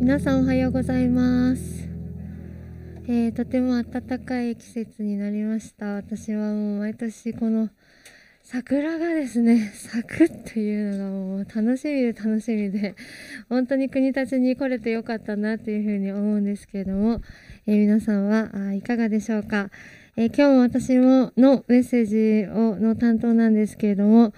皆さんおはようございます。とても暖かい季節になりました。私はもう毎年この桜がですね、咲くっていうのがもう楽しみで楽しみで、本当に国立に来れてよかったなというふうに思うんですけれども、皆さんはいかがでしょうか。今日も私のメッセージの担当なんですけれども、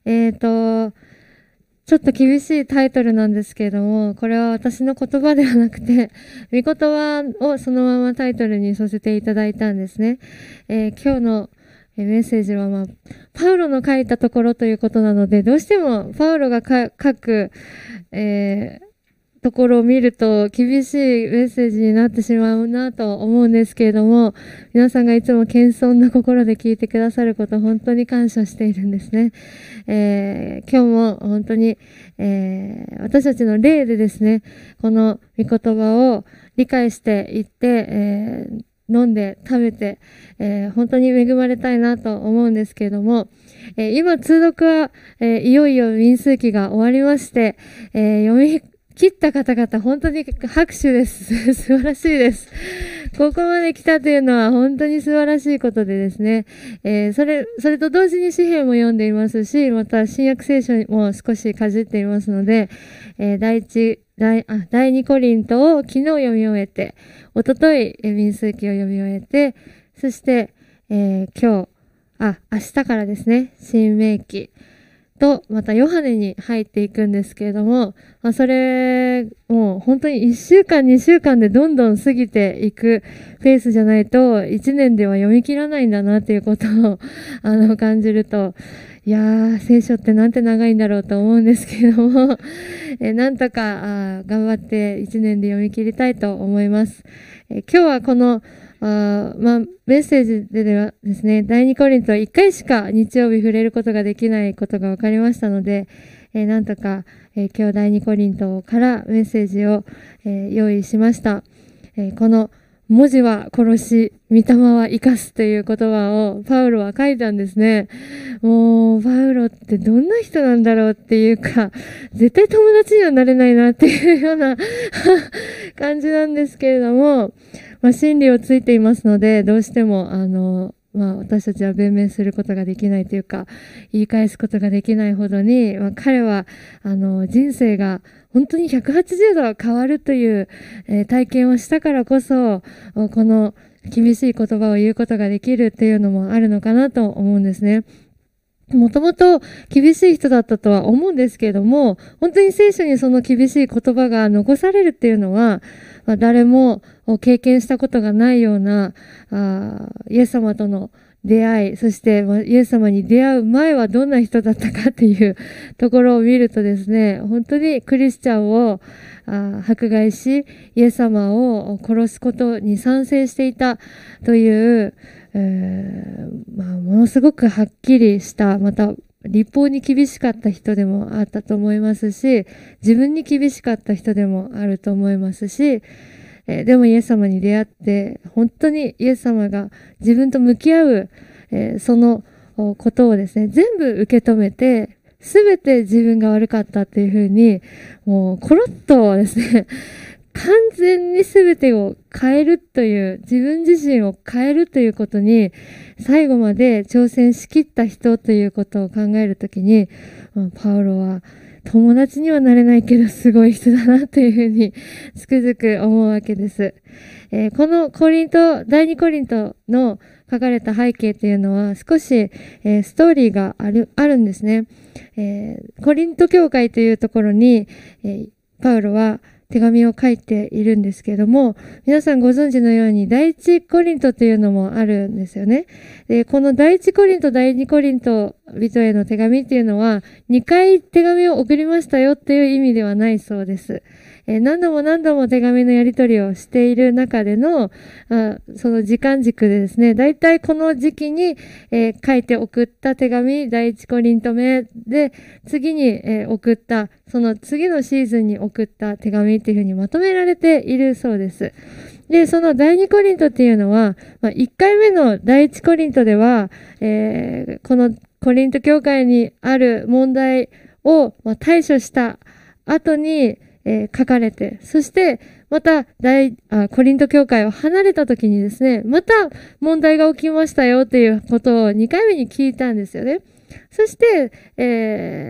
ちょっと厳しいタイトルなんですけれども、これは私の言葉ではなくて、御言葉をそのままタイトルにさせていただいたんですね。今日のメッセージは、パウロの書いたところということなので、どうしてもパウロが書く、ところを見ると厳しいメッセージになってしまうなと思うんですけれども、皆さんがいつも謙遜な心で聞いてくださることを本当に感謝しているんですね。今日も本当に、私たちの霊でですね、この御言葉を理解していって、飲んで食べて、本当に恵まれたいなと思うんですけれども、今通読は、いよいよ民数記が終わりまして、読み切った方々本当に拍手です素晴らしいです。ここまで来たというのは本当に素晴らしいことでですね、それと同時に詩篇も読んでいますし、また新約聖書も少しかじっていますので、第2コリントを昨日読み終えて、一昨日民数記を読み終えて、そして、明日からですね、新明記とまたヨハネに入っていくんですけれども、それもう本当に1週間2週間でどんどん過ぎていくペースじゃないと1年では読み切らないんだなということを感じると、いやー、聖書ってなんて長いんだろうと思うんですけれどもなんとか頑張って1年で読み切りたいと思います。今日はこのメッセージではですね、第2コリントは1回しか日曜日触れることができないことが分かりましたので、なんとか、今日第2コリントからメッセージを、用意しました。この文字は殺し、御霊は生かすという言葉をパウロは書いたんですね。もう、パウロってどんな人なんだろうっていうか、絶対友達にはなれないなっていうような感じなんですけれども、真理をついていますので、どうしても、私たちは弁明することができないというか、言い返すことができないほどに、彼は、人生が本当に180度変わるという、体験をしたからこそ、この厳しい言葉を言うことができるというのもあるのかなと思うんですね。もともと厳しい人だったとは思うんですけれども、本当に聖書にその厳しい言葉が残されるっていうのは、誰も経験したことがないようなイエス様との出会い、そしてイエス様に出会う前はどんな人だったかっていうところを見るとですね、本当にクリスチャンを迫害し、イエス様を殺すことに賛成していたという、ものすごくはっきりした、また立法に厳しかった人でもあったと思いますし、自分に厳しかった人でもあると思いますし、でもイエス様に出会って、本当にイエス様が自分と向き合う、そのことをですね、全部受け止めて、すべて自分が悪かったっていうふうに、もうコロッとですね、完全に全てを変えるという、自分自身を変えるということに、最後まで挑戦しきった人ということを考えるときに、パウロは友達にはなれないけどすごい人だなというふうにつくづく思うわけです。この第2コリントの書かれた背景というのは少し、ストーリーがあるんですね。コリント教会というところに、パウロは手紙を書いているんですけれども、皆さんご存知のように第一コリントというのもあるんですよね。で、この第一コリント、第二コリント人への手紙っていうのは2回手紙を送りましたよっていう意味ではないそうです。何度も何度も手紙のやり取りをしている中でのその時間軸でですね、だいたいこの時期に、書いて送った手紙、第一コリント目で、次に、送った、その次のシーズンに送った手紙っていうふうにまとめられているそうです。で、その第二コリントっていうのは、1回目の第一コリントでは、このコリント教会にある問題を対処した後に、 書かれて、そしてまたコリント教会を離れた時にですね、また問題が起きましたよっていうことを2回目に聞いたんですよね。そして、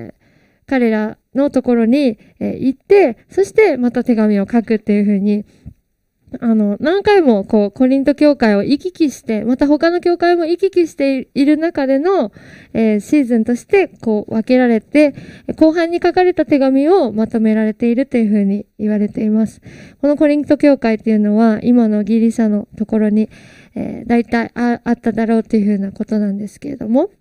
彼らのところに、行って、そしてまた手紙を書くっていうふうに、何回もコリント教会を行き来して、また他の教会も行き来している中での、シーズンとして分けられて、後半に書かれた手紙をまとめられているというふうに言われています。このコリント教会っていうのは、今のギリシャのところに、大体あっただろうというふうなことなんですけれども、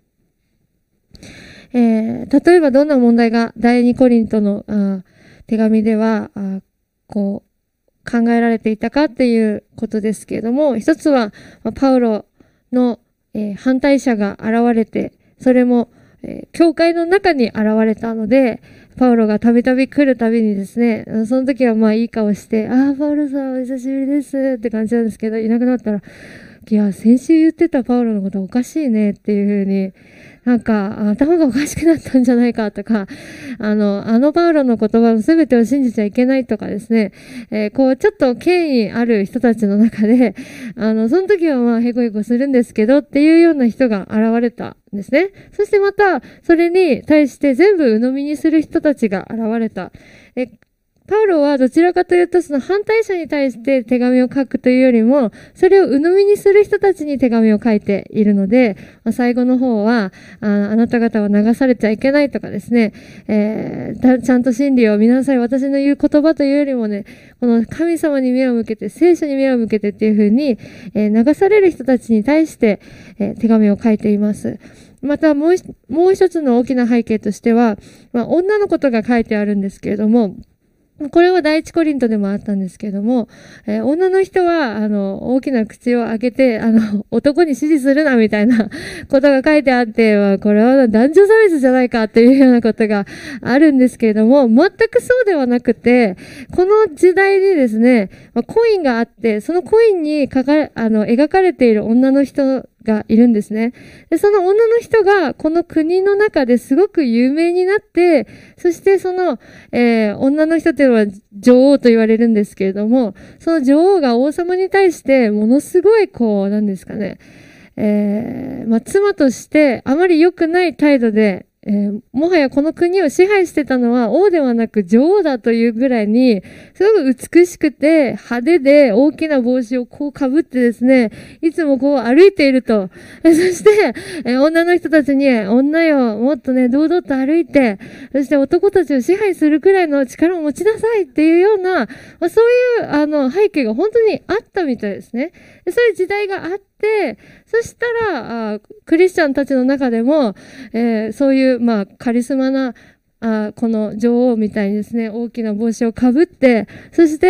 例えばどんな問題が第二コリントの手紙では考えられていたかっていうことですけれども、一つはパウロの、反対者が現れて、それも、教会の中に現れたので、パウロがたびたび来るたびにですね、その時はまあいい顔して、パウロさんお久しぶりですって感じなんですけど、いなくなったら、いや、先週言ってたパウロのことおかしいねっていうふうに、なんか、頭がおかしくなったんじゃないかとか、パウロの言葉の全てを信じちゃいけないとかですね、ちょっと権威ある人たちの中で、その時はまあ、へこへこするんですけどっていうような人が現れたんですね。そしてまた、それに対して全部鵜呑みにする人たちが現れた。パウロはどちらかというとその反対者に対して手紙を書くというよりも、それを鵜呑みにする人たちに手紙を書いているので、最後の方は、あなた方は流されちゃいけないとかですね、ちゃんと真理を見なさい。私の言う言葉というよりもね、この神様に目を向けて、聖書に目を向けてっていうふうに、流される人たちに対して、手紙を書いています。またもう一つの大きな背景としては、女のことが書いてあるんですけれども、これは第一コリントでもあったんですけども、女の人は、大きな口を開けて、男に指示するな、みたいなことが書いてあって、これは男女差別じゃないかっていうようなことがあるんですけれども、全くそうではなくて、この時代にですね、コインがあって、そのコインに描かれている女の人がいるんですね。で、その女の人がこの国の中ですごく有名になって、そしてその、女の人というのは女王と言われるんですけれども、その女王が王様に対してものすごい何ですかね、妻としてあまり良くない態度で、もはやこの国を支配してたのは王ではなく女王だというぐらいに、すごく美しくて派手で大きな帽子をかぶってですね、いつも歩いていると。そして、女の人たちに、女よ、もっとね、堂々と歩いて、そして男たちを支配するくらいの力を持ちなさいっていうような、そういう背景が本当にあったみたいですね。そういう時代があって、そしたら、クリスチャンたちの中でも、そういう、カリスマな、この女王みたいにですね、大きな帽子をかぶって、そして、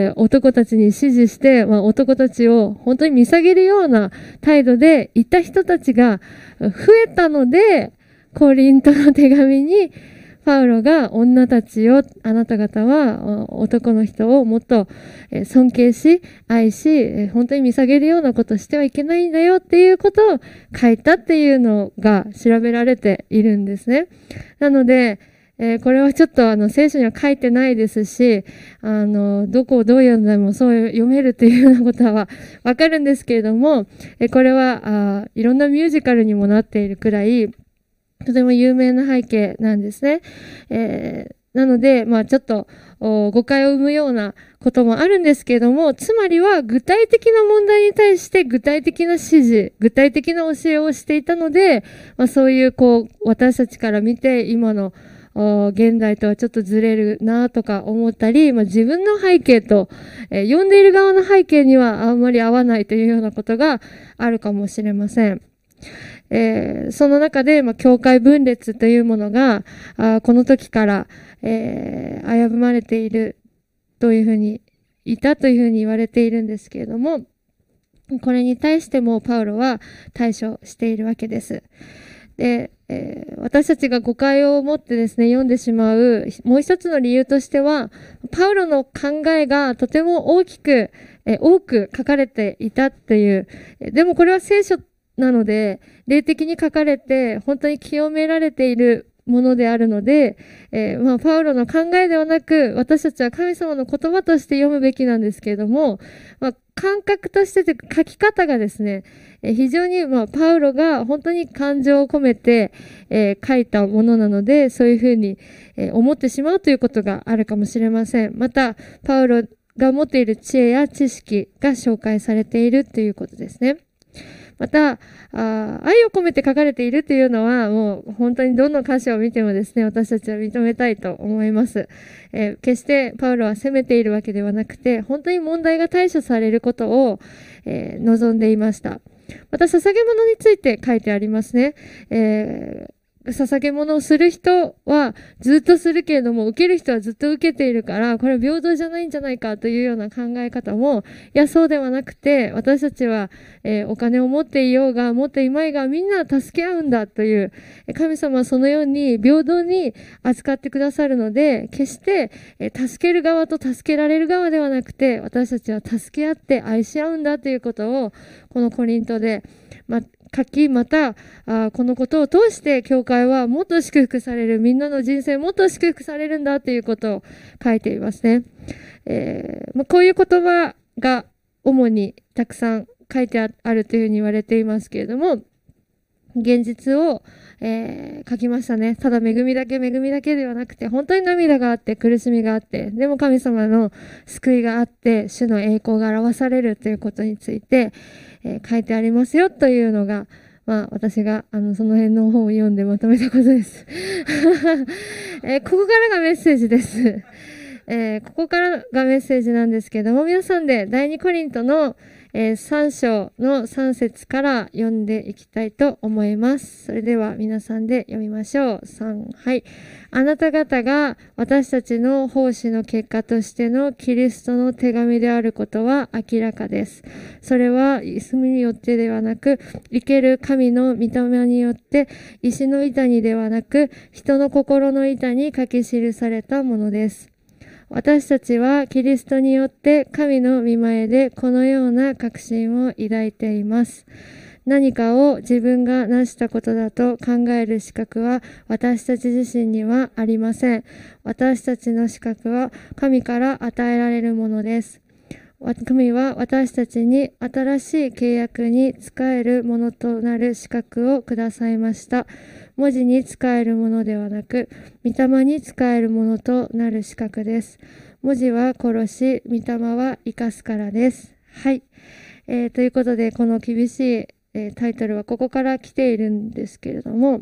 男たちに指示して、男たちを本当に見下げるような態度でいた人たちが増えたので、コリントの手紙に、パウロが女たちを、あなた方は男の人をもっと尊敬し、愛し、本当に見下げるようなことをしてはいけないんだよっていうことを書いたっていうのが調べられているんですね。なので、これはちょっと聖書には書いてないですし、どこをどう読んでもそう読めるっていうようなことはわかるんですけれども、これはいろんなミュージカルにもなっているくらい、とても有名な背景なんですね。なので、ちょっと誤解を生むようなこともあるんですけれども、つまりは具体的な問題に対して具体的な指示、具体的な教えをしていたので、そういう私たちから見て今の現代とはちょっとずれるなとか思ったり、自分の背景と、読んでいる側の背景にはあんまり合わないというようなことがあるかもしれません。その中で、教会分裂というものが、この時から、危ぶまれているというふうに、いたというふうに言われているんですけれども、これに対してもパウロは対処しているわけです。で、私たちが誤解を持ってですね、読んでしまう、もう一つの理由としては、パウロの考えがとても多く書かれていたという、でもこれは聖書なので、霊的に書かれて、本当に清められているものであるので、パウロの考えではなく、私たちは神様の言葉として読むべきなんですけれども、感覚として書き方がですね、非常に、パウロが本当に感情を込めて、書いたものなので、そういうふうに、思ってしまうということがあるかもしれません。また、パウロが持っている知恵や知識が紹介されているということですね。また、愛を込めて書かれているというのは、もう本当にどの歌詞を見てもですね、私たちは認めたいと思います。決してパウロは責めているわけではなくて、本当に問題が対処されることを、望んでいました。また、捧げ物について書いてありますね。捧げ物をする人はずっとするけれども、受ける人はずっと受けているから、これは平等じゃないんじゃないかというような考え方も、いや、そうではなくて、私たちは、お金を持っていようが、持っていまいが、みんな助け合うんだという、神様はそのように平等に扱ってくださるので、決して、助ける側と助けられる側ではなくて、私たちは助け合って愛し合うんだということを、このコリントで、書き、また、このことを通して教会はもっと祝福される、みんなの人生もっと祝福されるんだということを書いていますね。こういう言葉が主にたくさん書いてあるというふうに言われていますけれども、現実を、書きましたね。ただ恵みだけではなくて、本当に涙があって、苦しみがあって、でも神様の救いがあって、主の栄光が表されるということについて、書いてありますよというのが、私がその辺の本を読んでまとめたことです。ここからがメッセージです。ここからがメッセージなんですけども、皆さんで第2コリントの、3章の3節から読んでいきたいと思います。それでは皆さんで読みましょう。3、はい。あなた方が私たちの奉仕の結果としてのキリストの手紙であることは明らかです。それは墨によってではなく、生ける神の御霊によって、石の板にではなく、人の心の板に書き記されたものです。私たちはキリストによって神の御前でこのような確信を抱いています。何かを自分が成したことだと考える資格は私たち自身にはありません。私たちの資格は神から与えられるものです。神は私たちに新しい契約に仕えるものとなる資格をくださいました。文字に仕えるものではなく、御霊に仕えるものとなる資格です。文字は殺し、御霊は生かすからです。はい。ということで、この厳しい、タイトルはここから来ているんですけれども、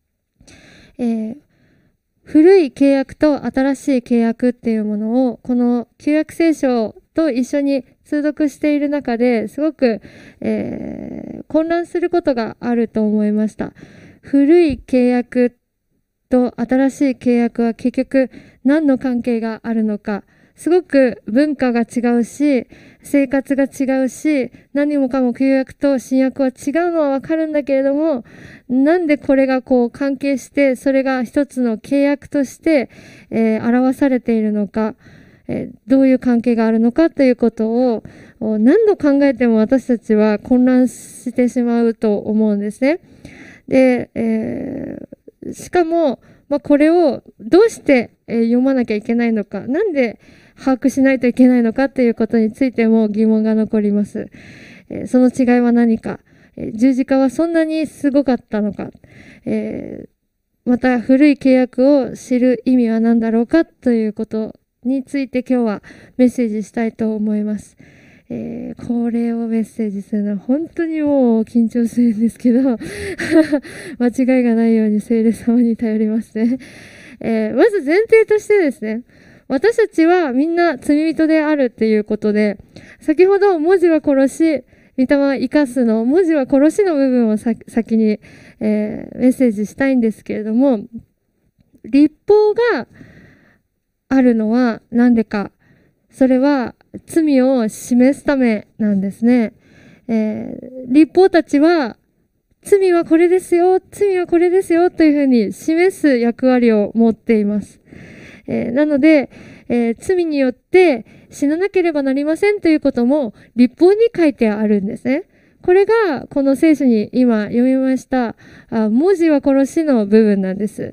古い契約と新しい契約っていうものを、この旧約聖書と一緒に通読している中ですごく、混乱することがあると思いました。古い契約と新しい契約は結局何の関係があるのか、すごく文化が違うし、生活が違うし、何もかも旧約と新約は違うのはわかるんだけれども、なんでこれがこう関係して、それが一つの契約として、表されているのか、どういう関係があるのかということを何度考えても私たちは混乱してしまうと思うんですね。で、しかも、これをどうして、読まなきゃいけないのか、なんで把握しないといけないのかということについても疑問が残ります。その違いは何か、十字架はそんなにすごかったのか、また古い契約を知る意味は何だろうかということについて今日はメッセージしたいと思います。これをメッセージするのは本当にもう緊張するんですけど間違いがないように聖霊様に頼りますね。まず前提としてですね、私たちはみんな罪人であるっていうことで、先ほど文字は殺し、御霊は生かすの文字は殺しの部分を先に、メッセージしたいんですけれども、律法があるのは何でか、それは罪を示すためなんですね。律法たちは罪はこれですよ、罪はこれですよというふうに示す役割を持っています。なので、罪によって死ななければなりませんということも律法に書いてあるんですね。これがこの聖書に今読みました文字は殺しの部分なんです。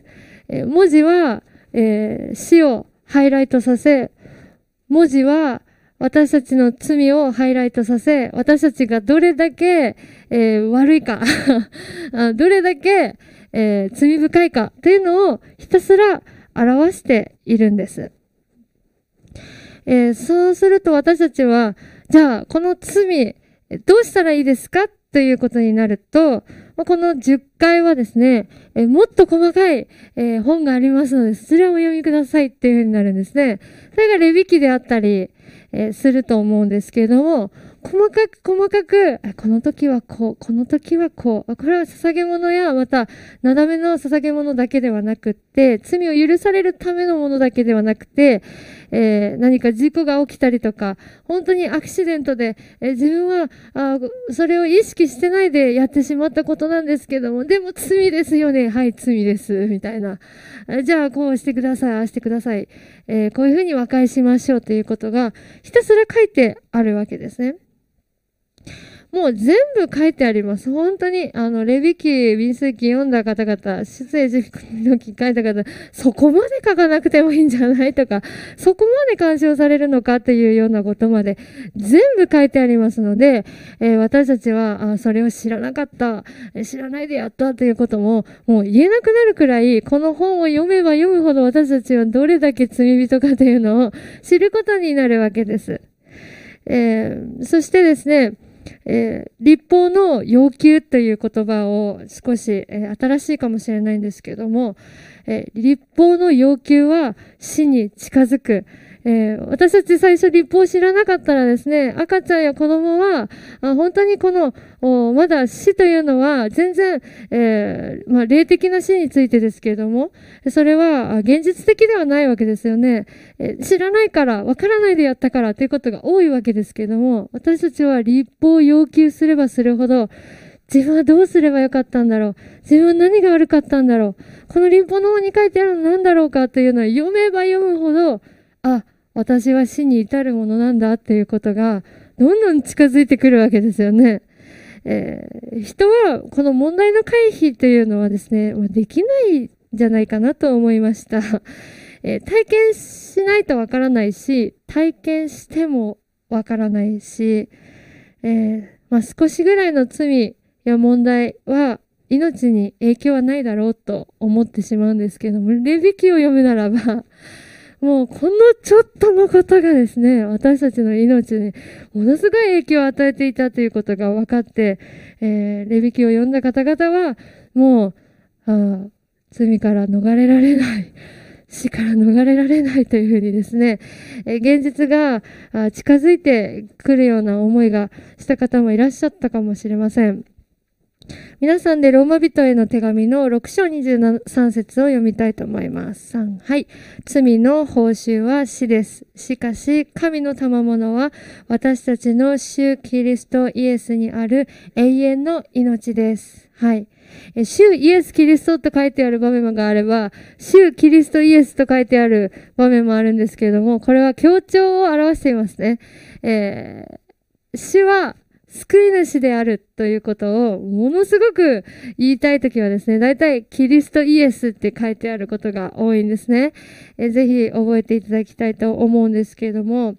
文字は、死をハイライトさせ、文字は私たちの罪をハイライトさせ、私たちがどれだけ、悪いかどれだけ、罪深いかというのをひたすら表しているんです。そうすると私たちは、じゃあこの罪どうしたらいいですかということになると、この10回はですね、もっと細かい、本がありますので、そちらをお読みくださいっていうふうになるんですね。それがレビ記であったり、すると思うんですけれども、細かく、この時はこう、この時はこう、これは捧げ物や、また、なだめの捧げ物だけではなくって、罪を許されるためのものだけではなくて、何か事故が起きたりとか、本当にアクシデントで、自分はそれを意識してないでやってしまったことなんですけども、でも罪ですよね。はい、罪です。みたいな。じゃあ、こうしてください、ああしてください。こういうふうに和解しましょうということが、ひたすら書いてあるわけですね。もう全部書いてあります。本当に、レビ記、民数記読んだ方々、出エジプトの記書いた方、そこまで書かなくてもいいんじゃないとか、そこまで干渉されるのかというようなことまで全部書いてありますので、私たちはそれを知らなかった、知らないでやったということも、もう言えなくなるくらい、この本を読めば読むほど私たちはどれだけ罪人かというのを知ることになるわけです。そしてですね、立法の要求という言葉を少し、新しいかもしれないんですけども、立法の要求は死に近づく。私たち最初立法を知らなかったらですね、赤ちゃんや子供は、本当にこの、まだ死というのは全然、霊的な死についてですけれども、それは現実的ではないわけですよね。知らないから、わからないでやったからということが多いわけですけれども、私たちは立法を要求すればするほど、自分はどうすればよかったんだろう。自分は何が悪かったんだろう。この立法の方に書いてあるの何だろうかというのを読めば読むほど、私は死に至るものなんだっていうことが、どんどん近づいてくるわけですよね。人はこの問題の回避というのはですね、できないんじゃないかなと思いました。体験しないとわからないし、体験してもわからないし、少しぐらいの罪や問題は命に影響はないだろうと思ってしまうんですけども、レビ記を読むならば、もうこのちょっとのことがですね、私たちの命にものすごい影響を与えていたということが分かって、レビ記を読んだ方々は、もう、罪から逃れられない。死から逃れられないというふうにですね、現実が近づいてくるような思いがした方もいらっしゃったかもしれません。皆さんでローマ人への手紙の6章23節を読みたいと思います。3、はい。罪の報酬は死です。しかし、神の賜物は私たちの主キリストイエスにある永遠の命です。はい。主イエスキリストと書いてある場面があれば、主キリストイエスと書いてある場面もあるんですけれども、これは強調を表していますね。主は救い主であるということをものすごく言いたいときはですね、だいたいキリストイエスって書いてあることが多いんですね。ぜひ覚えていただきたいと思うんですけれども、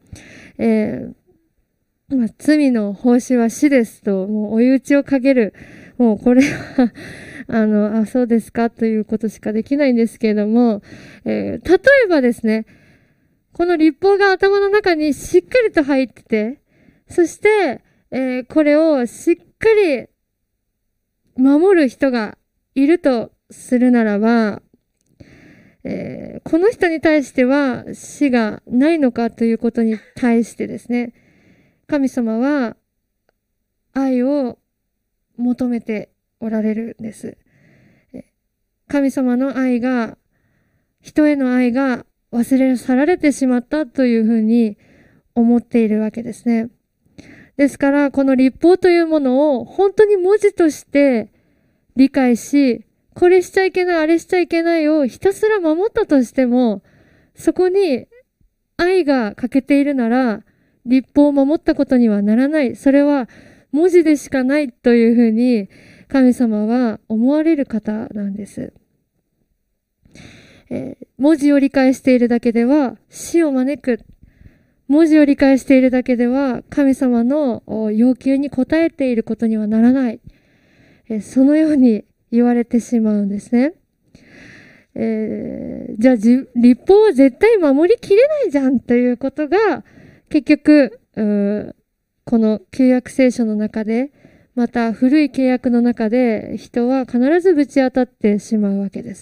罪の報酬は死ですと、もう追い打ちをかける。もうこれは、そうですかということしかできないんですけれども、例えばですね、この立法が頭の中にしっかりと入ってて、そして、これをしっかり守る人がいるとするならば、この人に対しては死がないのかということに対してですね、神様は愛を求めておられるんです。神様の愛が、人への愛が忘れ去られてしまったというふうに思っているわけですね。ですから、この立法というものを本当に文字として理解し、これしちゃいけない、あれしちゃいけないをひたすら守ったとしても、そこに愛が欠けているなら、立法を守ったことにはならない。それは文字でしかないというふうに神様は思われる方なんです。 文字を理解しているだけでは死を招く。文字を理解しているだけでは神様の要求に応えていることにはならない。そのように言われてしまうんですね。じゃあ立法は絶対守りきれないじゃんということが結局この旧約聖書の中でまた古い契約の中で人は必ずぶち当たってしまうわけです。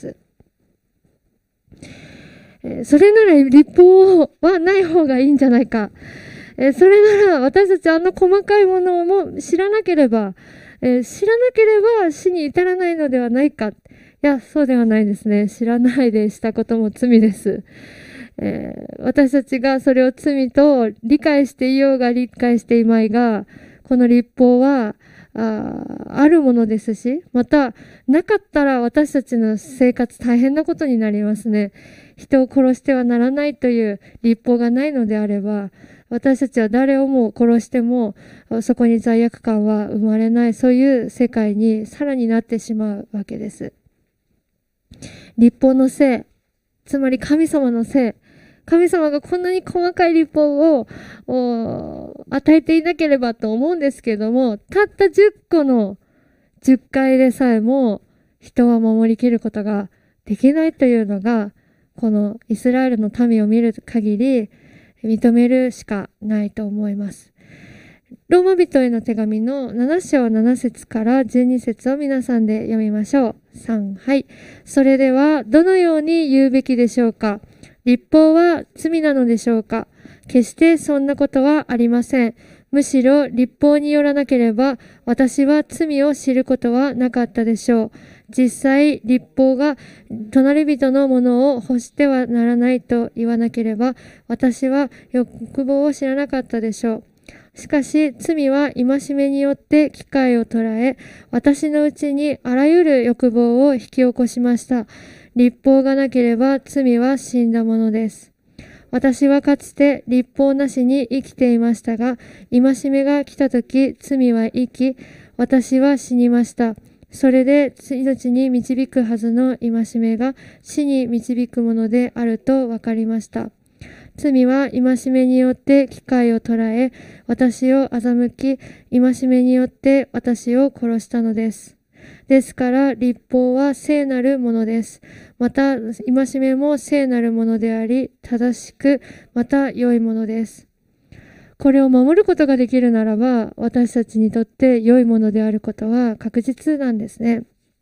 それなら立法はない方がいいんじゃないか。それなら私たち細かいものも知らなければ死に至らないのではないか。いや、そうではないですね。知らないでしたことも罪です。私たちがそれを罪と理解していようが理解していまいが、この立法はあるものですし、またなかったら私たちの生活大変なことになりますね。人を殺してはならないという立法がないのであれば、私たちは誰をも殺してもそこに罪悪感は生まれない、そういう世界にさらになってしまうわけです。立法のせい、つまり神様のせい、神様がこんなに細かい立法を与えていなければと思うんですけれども、たった10個の10回でさえも人は守りきることができないというのが、このイスラエルの民を見る限り認めるしかないと思います。ローマ人への手紙の7章7節から12節を皆さんで読みましょう。3、はい。それではどのように言うべきでしょうか。立法は罪なのでしょうか。決してそんなことはありません。むしろ立法によらなければ私は罪を知ることはなかったでしょう。実際立法が隣人のものを欲してはならないと言わなければ私は欲望を知らなかったでしょう。しかし罪は戒めによって機会を捉え、私のうちにあらゆる欲望を引き起こしました。立法がなければ罪は死んだものです。私はかつて立法なしに生きていましたが、戒めが来たとき罪は生き、私は死にました。それで命に導くはずの戒めが死に導くものであると分かりました。罪は戒めによって機会を捉え、私を欺き、戒めによって私を殺したのです。ですから立法は聖なるものです。また戒めも聖なるものであり、正しくまた良いものです。これを守ることができるならば、私たちにとって良いものであることは確実なんですね。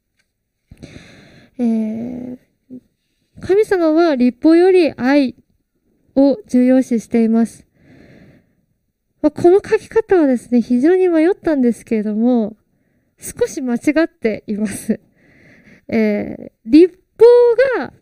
神様は立法より愛を重要視しています。この書き方はですね、非常に迷ったんですけれども、少し間違っています。立法が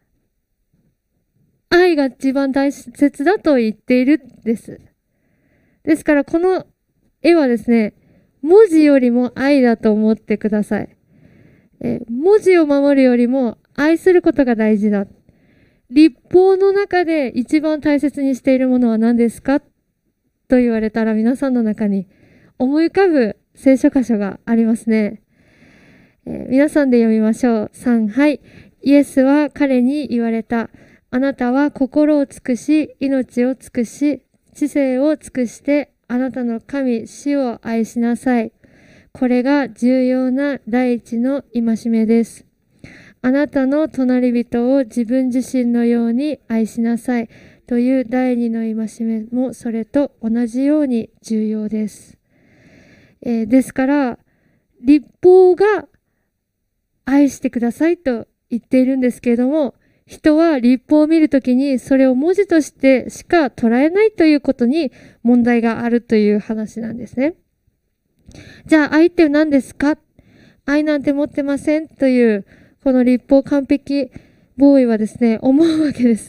愛が一番大切だと言っているんです。ですからこの絵はですね、文字よりも愛だと思ってください。文字を守るよりも愛することが大事だ。立法の中で一番大切にしているものは何ですかと言われたら皆さんの中に思い浮かぶ聖書箇所がありますね。皆さんで読みましょう。3、はい。イエスは彼に言われた。あなたは心を尽くし、命を尽くし、知性を尽くして、あなたの神、主を愛しなさい。これが重要な第一の戒めです。あなたの隣人を自分自身のように愛しなさいという第二の戒めもそれと同じように重要です。ですから立法が愛してくださいと言っているんですけれども、人は立法を見るときにそれを文字としてしか捉えないということに問題があるという話なんですね。じゃあ愛って何ですか？愛なんて持ってませんというこの立法完璧ボーイはですね、思うわけです。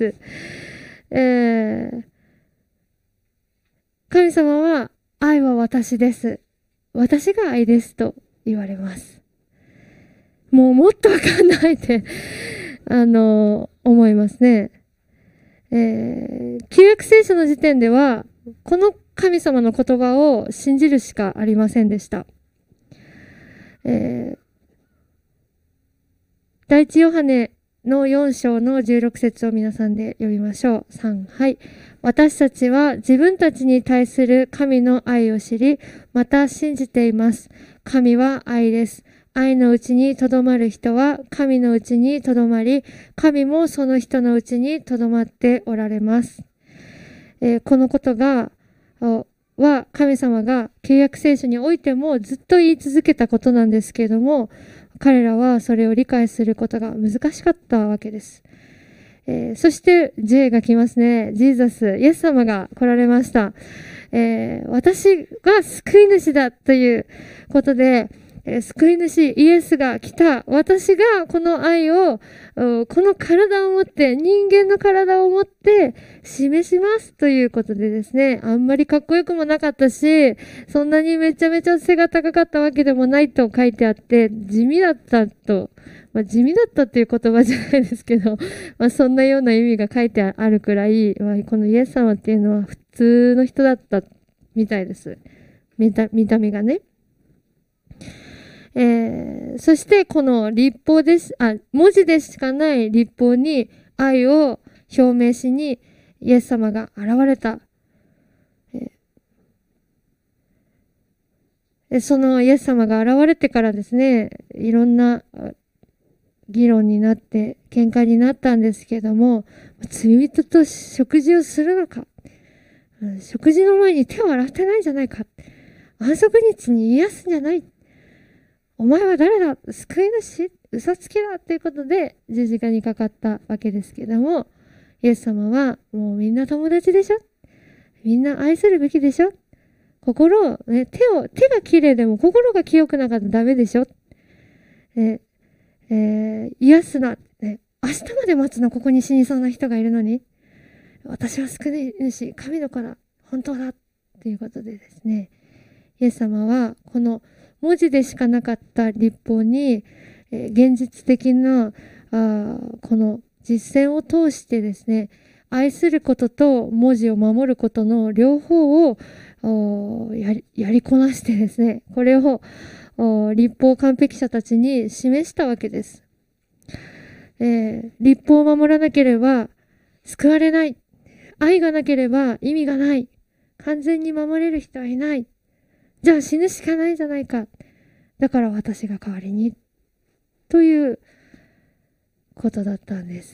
神様は愛は私です。私が愛ですと言われます。もっとわかんないって思いますね。旧約聖書の時点では、この神様の言葉を信じるしかありませんでした。第一ヨハネの4章の16節を皆さんで読みましょう。3、はい。私たちは自分たちに対する神の愛を知り、また信じています。神は愛です。愛のうちにとどまる人は神のうちにとどまり、神もその人のうちにとどまっておられます。このことは神様が旧約聖書においてもずっと言い続けたことなんですけれども、彼らはそれを理解することが難しかったわけです。そして J が来ますね。ジーザス、イエス様が来られました。私が救い主だということで、救い主イエスが来た。私がこの愛を、この体を持って、人間の体を持って示しますということでですね、あんまりかっこよくもなかったし、そんなにめちゃめちゃ背が高かったわけでもないと書いてあって、地味だったと。地味だったっていう言葉じゃないですけど、そんなような意味が書いてあるくらい、このイエス様っていうのは普通の人だったみたいです。見た目がね。そしてこの文字でしかない律法に愛を表明しにイエス様が現れた。そのイエス様が現れてからですね、いろんな議論になって喧嘩になったんですけども、罪人と食事をするのか、食事の前に手を洗ってないんじゃないか、安息日に癒すんじゃない、お前は誰だ、救い主、嘘つきだということで十字架にかかったわけですけども、イエス様はもうみんな友達でしょ、みんな愛するべきでしょ、手が綺麗でも心が清くなかったらダメでしょ、癒すな、明日まで待つの、ここに死にそうな人がいるのに、私は救い主、神の子だ、本当だということでですね、イエス様はこの文字でしかなかった律法に、現実的なこの実践を通してですね、愛することと文字を守ることの両方をやりこなしてですね、これを律法完璧者たちに示したわけです。律法を守らなければ救われない。愛がなければ意味がない。完全に守れる人はいない。じゃあ死ぬしかないじゃないか。だから私が代わりに。ということだったんです。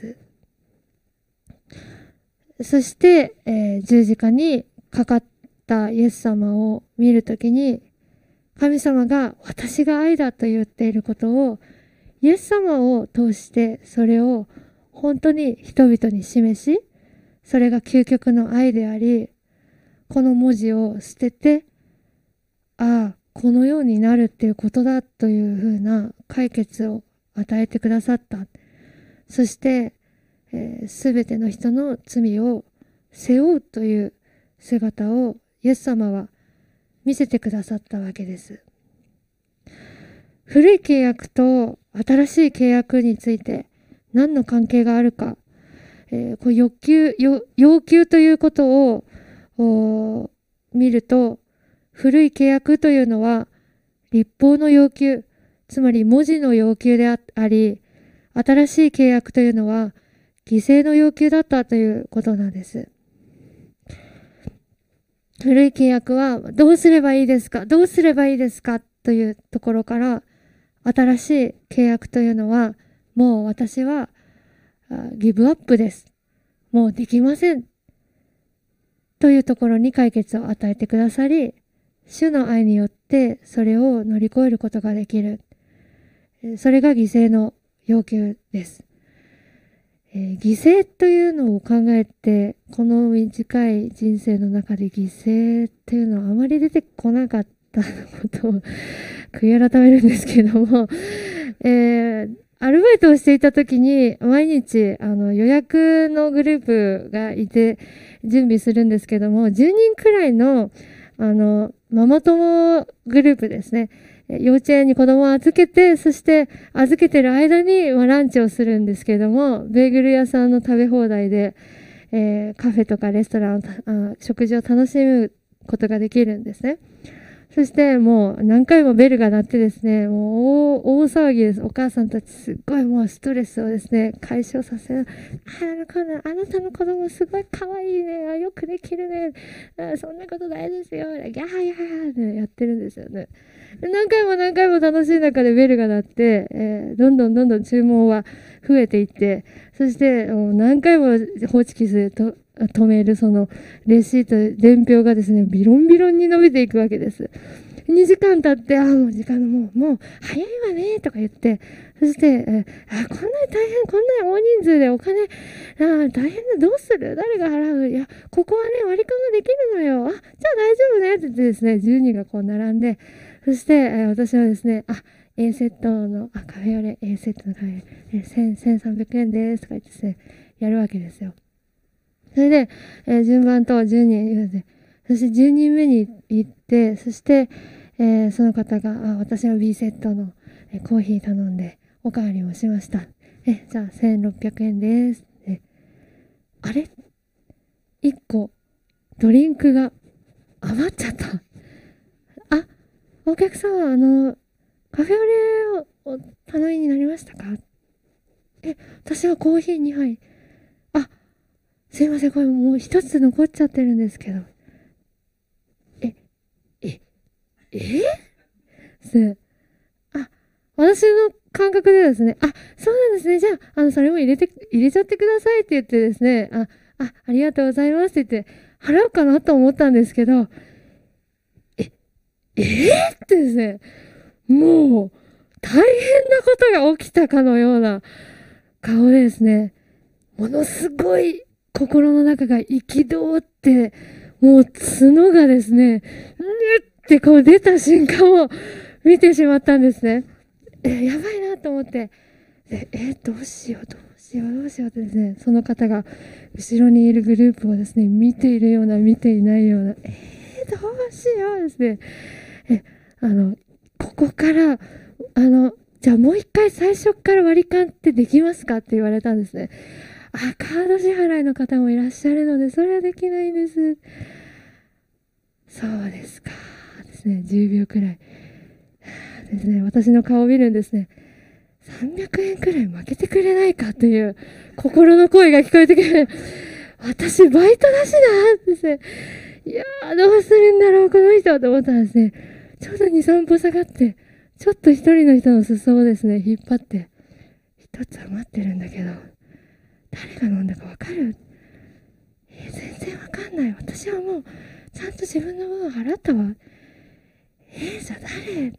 そして、十字架にかかったイエス様を見るときに、神様が私が愛だと言っていることを、イエス様を通してそれを本当に人々に示し、それが究極の愛であり、この文字を捨てて、このようになるっていうことだというふうな解決を与えてくださった。そして、すべての人の罪を背負うという姿をイエス様は見せてくださったわけです。古い契約と新しい契約について何の関係があるか、こう要求ということを見ると、古い契約というのは律法の要求、つまり文字の要求であり、新しい契約というのは犠牲の要求だったということなんです。古い契約はどうすればいいですか、どうすればいいですかというところから、新しい契約というのは、もう私はギブアップです。もうできません。というところに解決を与えてくださり、主の愛によってそれを乗り越えることができる。それが犠牲の要求です。犠牲というのを考えて、この短い人生の中で犠牲というのはあまり出てこなかったことを悔い改めるんですけども、アルバイトをしていた時に毎日予約のグループがいて準備するんですけども、10人くらいのママ友グループですね。幼稚園に子供を預けて、そして預けてる間にランチをするんですけれども、ベーグル屋さんの食べ放題で、カフェとかレストラン、食事を楽しむことができるんですね。 そしてもう何回もベルが鳴ってですね、もう大騒ぎです。お母さんたちすっごいもうストレスをですね、解消させる。あなたの子供すごい可愛いね。よくできるね。そんなことないですよ。ギャーギャーってやってるんですよね。何回も何回も楽しい中でベルが鳴って、どんどん注文は増えていって、そして何回もホチキスと止めるそのレシート、伝票がですね、ビロンビロンに伸びていくわけです。2時間経って、もう時間もう早いわね、とか言って、そして、こんなに大変、こんなに大人数でお金、大変だ、どうする誰が払ういや、ここはね、割り勘ができるのよ。じゃあ大丈夫ね、って言ってですね、10人がこう並んで、そして、私はですね、A セットの、カフェオレ、A セットのカフェオレ、1300円です、とか言ってですね、やるわけですよ。それで、順番と10人言うて、そして10人目に行って、そして、その方が、私の B セットの、コーヒー頼んで、おかわりをしました。じゃあ1600円です。あれ ?1 個、ドリンクが余っちゃった。お客様、カフェオレをお頼みになりましたか？私はコーヒー2杯。すいません、これもう一つ残っちゃってるんですけど。私の感覚でですね、そうなんですね。じゃあ、それも入れちゃってくださいって言ってですね、ありがとうございますって言って、払うかなと思ったんですけど、ってですね、もう、大変なことが起きたかのような顔でですね、ものすごい心の中が憤って、もう角がですね、ってこう出た瞬間を見てしまったんですね。やばいなと思って、どうしようってですね、その方が後ろにいるグループをですね、見ているような、見ていないような、どうしようですね。ここから、じゃあもう一回最初から割り勘ってできますかって言われたんですね。カード支払いの方もいらっしゃるので、それはできないんです。そうですか。ですね、10秒くらい。ですね、私の顔を見るんですね。300円くらい負けてくれないかという心の声が聞こえてくる。私、バイトだしなですね。いやー、どうするんだろう、この人と思ったらですね、ちょうど2、3歩下がって、ちょっと一人の人の裾をですね、引っ張って、一つ余ってるんだけど、誰が飲んだかわかる？全然わかんない。私はもう、ちゃんと自分の分を払ったわ。じゃあ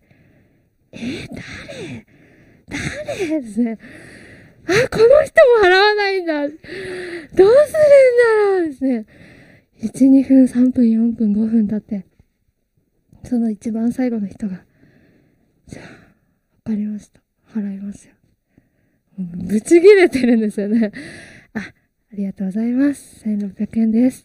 誰ですね。この人も払わないんだ。どうするんだろうですね。1、2分、3分、4分、5分経って、その一番最後の人が、じゃあ、わかりました。払いますよ。ぶち切れてるんですよね。ありがとうございます。1600円です。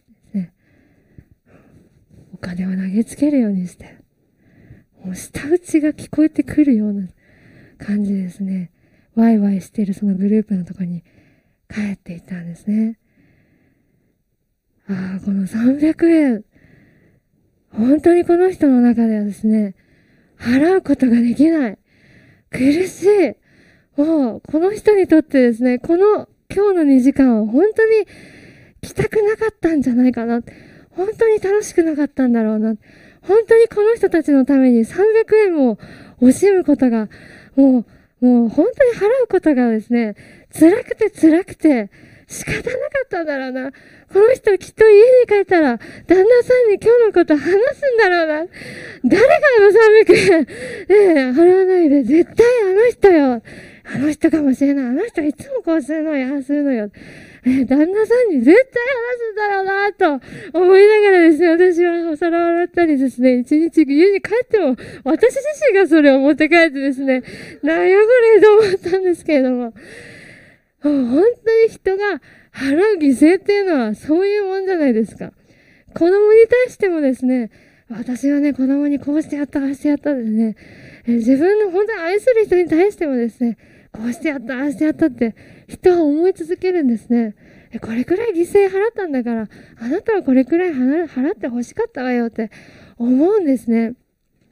お金を投げつけるようにして、もう舌打ちが聞こえてくるような感じですね。ワイワイしているそのグループのところに帰っていったんですね。この300円。本当にこの人の中ではですね、払うことができない。苦しい。もう、この人にとってですね、この今日の2時間は本当に来たくなかったんじゃないかな。本当に楽しくなかったんだろうな。本当にこの人たちのために300円も惜しむことが、もう本当に払うことがですね、辛くて仕方なかったんだろうな。この人きっと家に帰ったら、旦那さんに今日のこと話すんだろうな。誰が300円、払わないで、絶対あの人よ。あの人かもしれない。あの人いつもこうするのよ、ああするのよ。旦那さんに絶対話すんだろうな、と思いながらですね、私はお皿を洗ったりですね、一日家に帰っても、私自身がそれを持って帰ってですね、なんやこれと思ったんですけれども、本当に人が払う犠牲っていうのはそういうもんじゃないですか。子供に対してもですね、私はね、子供にこうしてやった、ああしてやったですね、自分の本当に愛する人に対してもですね、こうしてやった、ああしてやったって人は思い続けるんですね。これくらい犠牲払ったんだから、あなたはこれくらい払って欲しかったわよって思うんですね。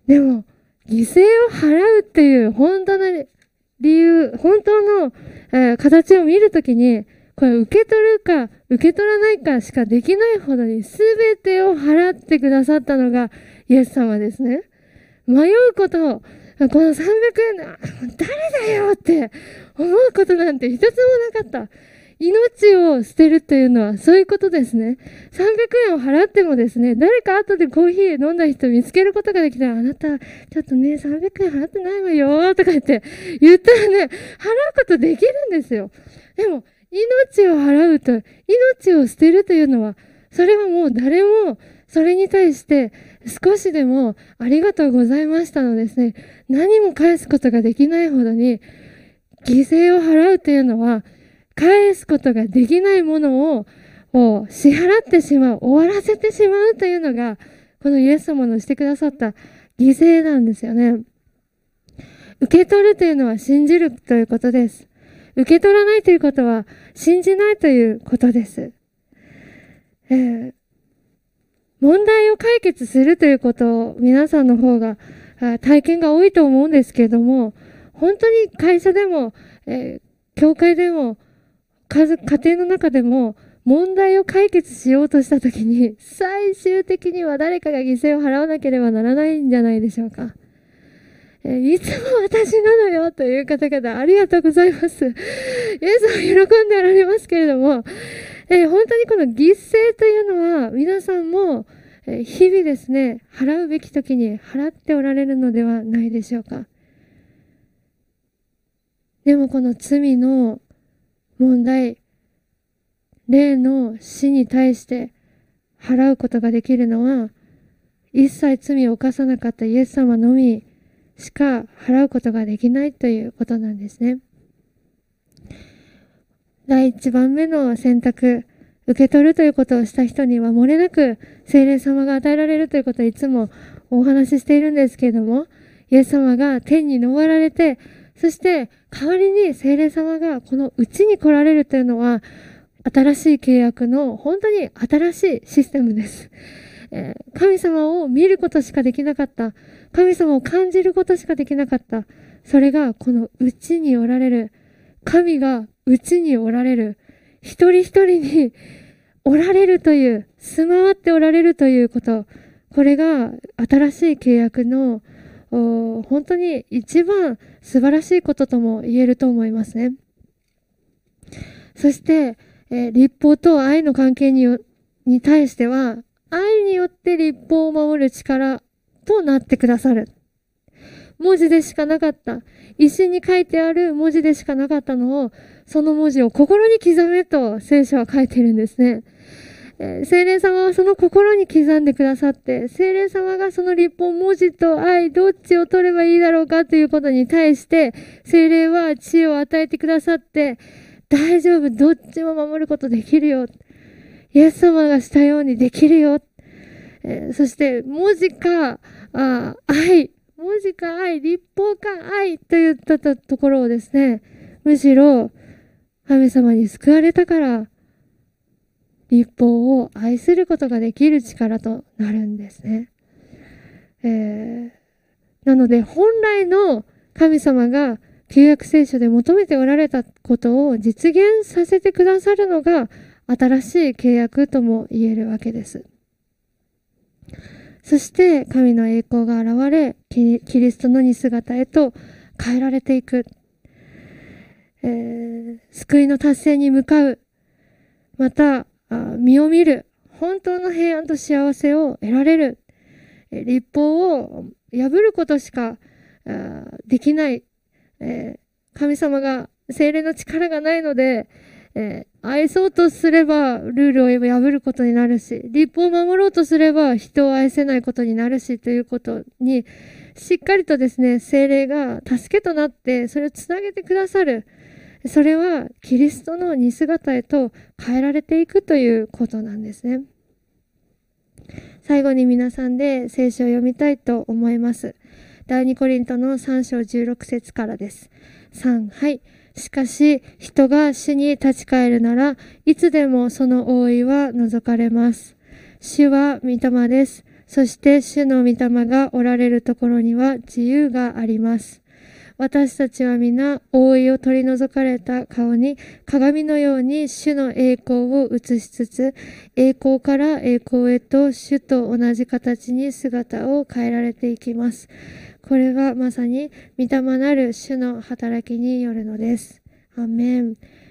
でも、犠牲を払うっていう本当の理由、本当の、形を見るときに、これ受け取るか受け取らないかしかできないほどに全てを払ってくださったのがイエス様ですね。迷うことを、この300円、誰だよって思うことなんて一つもなかった。命を捨てるというのはそういうことですね。300円を払ってもですね、誰か後でコーヒー飲んだ人見つけることができたら、あなた、ちょっとね、300円払ってないわよとか言って言ったらね、払うことできるんですよ。でも、命を払うと、命を捨てるというのは、それはもう誰もそれに対して少しでもありがとうございましたのですね、何も返すことができないほどに、犠牲を払うというのは、返すことができないものを支払ってしまう、終わらせてしまうというのが、このイエス様のしてくださった犠牲なんですよね。受け取るというのは信じるということです。受け取らないということは信じないということです。問題を解決するということを皆さんの方が体験が多いと思うんですけれども、本当に会社でも、教会でも、家庭の中でも問題を解決しようとしたときに、最終的には誰かが犠牲を払わなければならないんじゃないでしょうか。いつも私なのよという方々ありがとうございます。イエスは喜んでおられますけれども、本当にこの犠牲というのは皆さんも日々ですね、払うべき時に払っておられるのではないでしょうか。でもこの罪の問題、霊の死に対して払うことができるのは、一切罪を犯さなかったイエス様のみしか払うことができないということなんですね。第一番目の選択、受け取るということをした人には漏れなく聖霊様が与えられるということをいつもお話ししているんですけれども、イエス様が天に昇られて、そして代わりに聖霊様がこのうちに来られるというのは、新しい契約の本当に新しいシステムです。神様を見ることしかできなかった。神様を感じることしかできなかった。それがこのうちにおられる。神がうちにおられる。一人一人におられるという、住まわっておられるということ。これが新しい契約の本当に一番素晴らしいこととも言えると思いますね。そして、律法と愛の関係に対しては、愛によって律法を守る力となってくださる。文字でしかなかった。石に書いてある文字でしかなかったのを、その文字を心に刻めと聖書は書いているんですね。聖霊様はその心に刻んでくださって、聖霊様がその律法、文字と愛、どっちを取ればいいだろうかということに対して、聖霊は知恵を与えてくださって、大丈夫、どっちも守ることできるよ。イエス様がしたようにできるよ。そして文字か愛、文字か愛、律法か愛といったところをですね、むしろ神様に救われたから律法を愛することができる力となるんですね。なので本来の神様が旧約聖書で求めておられたことを実現させてくださるのが新しい契約とも言えるわけです。そして神の栄光が現れ、キリストの似姿へと変えられていく。救いの達成に向かう。また、身を見る。本当の平安と幸せを得られる。律法を破ることしかできない。神様が聖霊の力がないので、愛そうとすればルールを破ることになるし、律法を守ろうとすれば人を愛せないことになるしということにしっかりとですね、聖霊が助けとなってそれをつなげてくださる。それはキリストの似姿へと変えられていくということなんですね。最後に皆さんで聖書を読みたいと思います。第2コリントの3章16節からです。3、はい。しかし、人が死に立ち返るなら、いつでもその覆いは除かれます。死は御霊です。 そして主の御霊がおられるところには自由があります。私たちは皆覆いを取り除かれた顔に鏡のように主の栄光を映しつつ、栄光から栄光へと主と同じ形に姿を変えられていきます。これはまさに御霊なる主の働きによるのです。アーメン。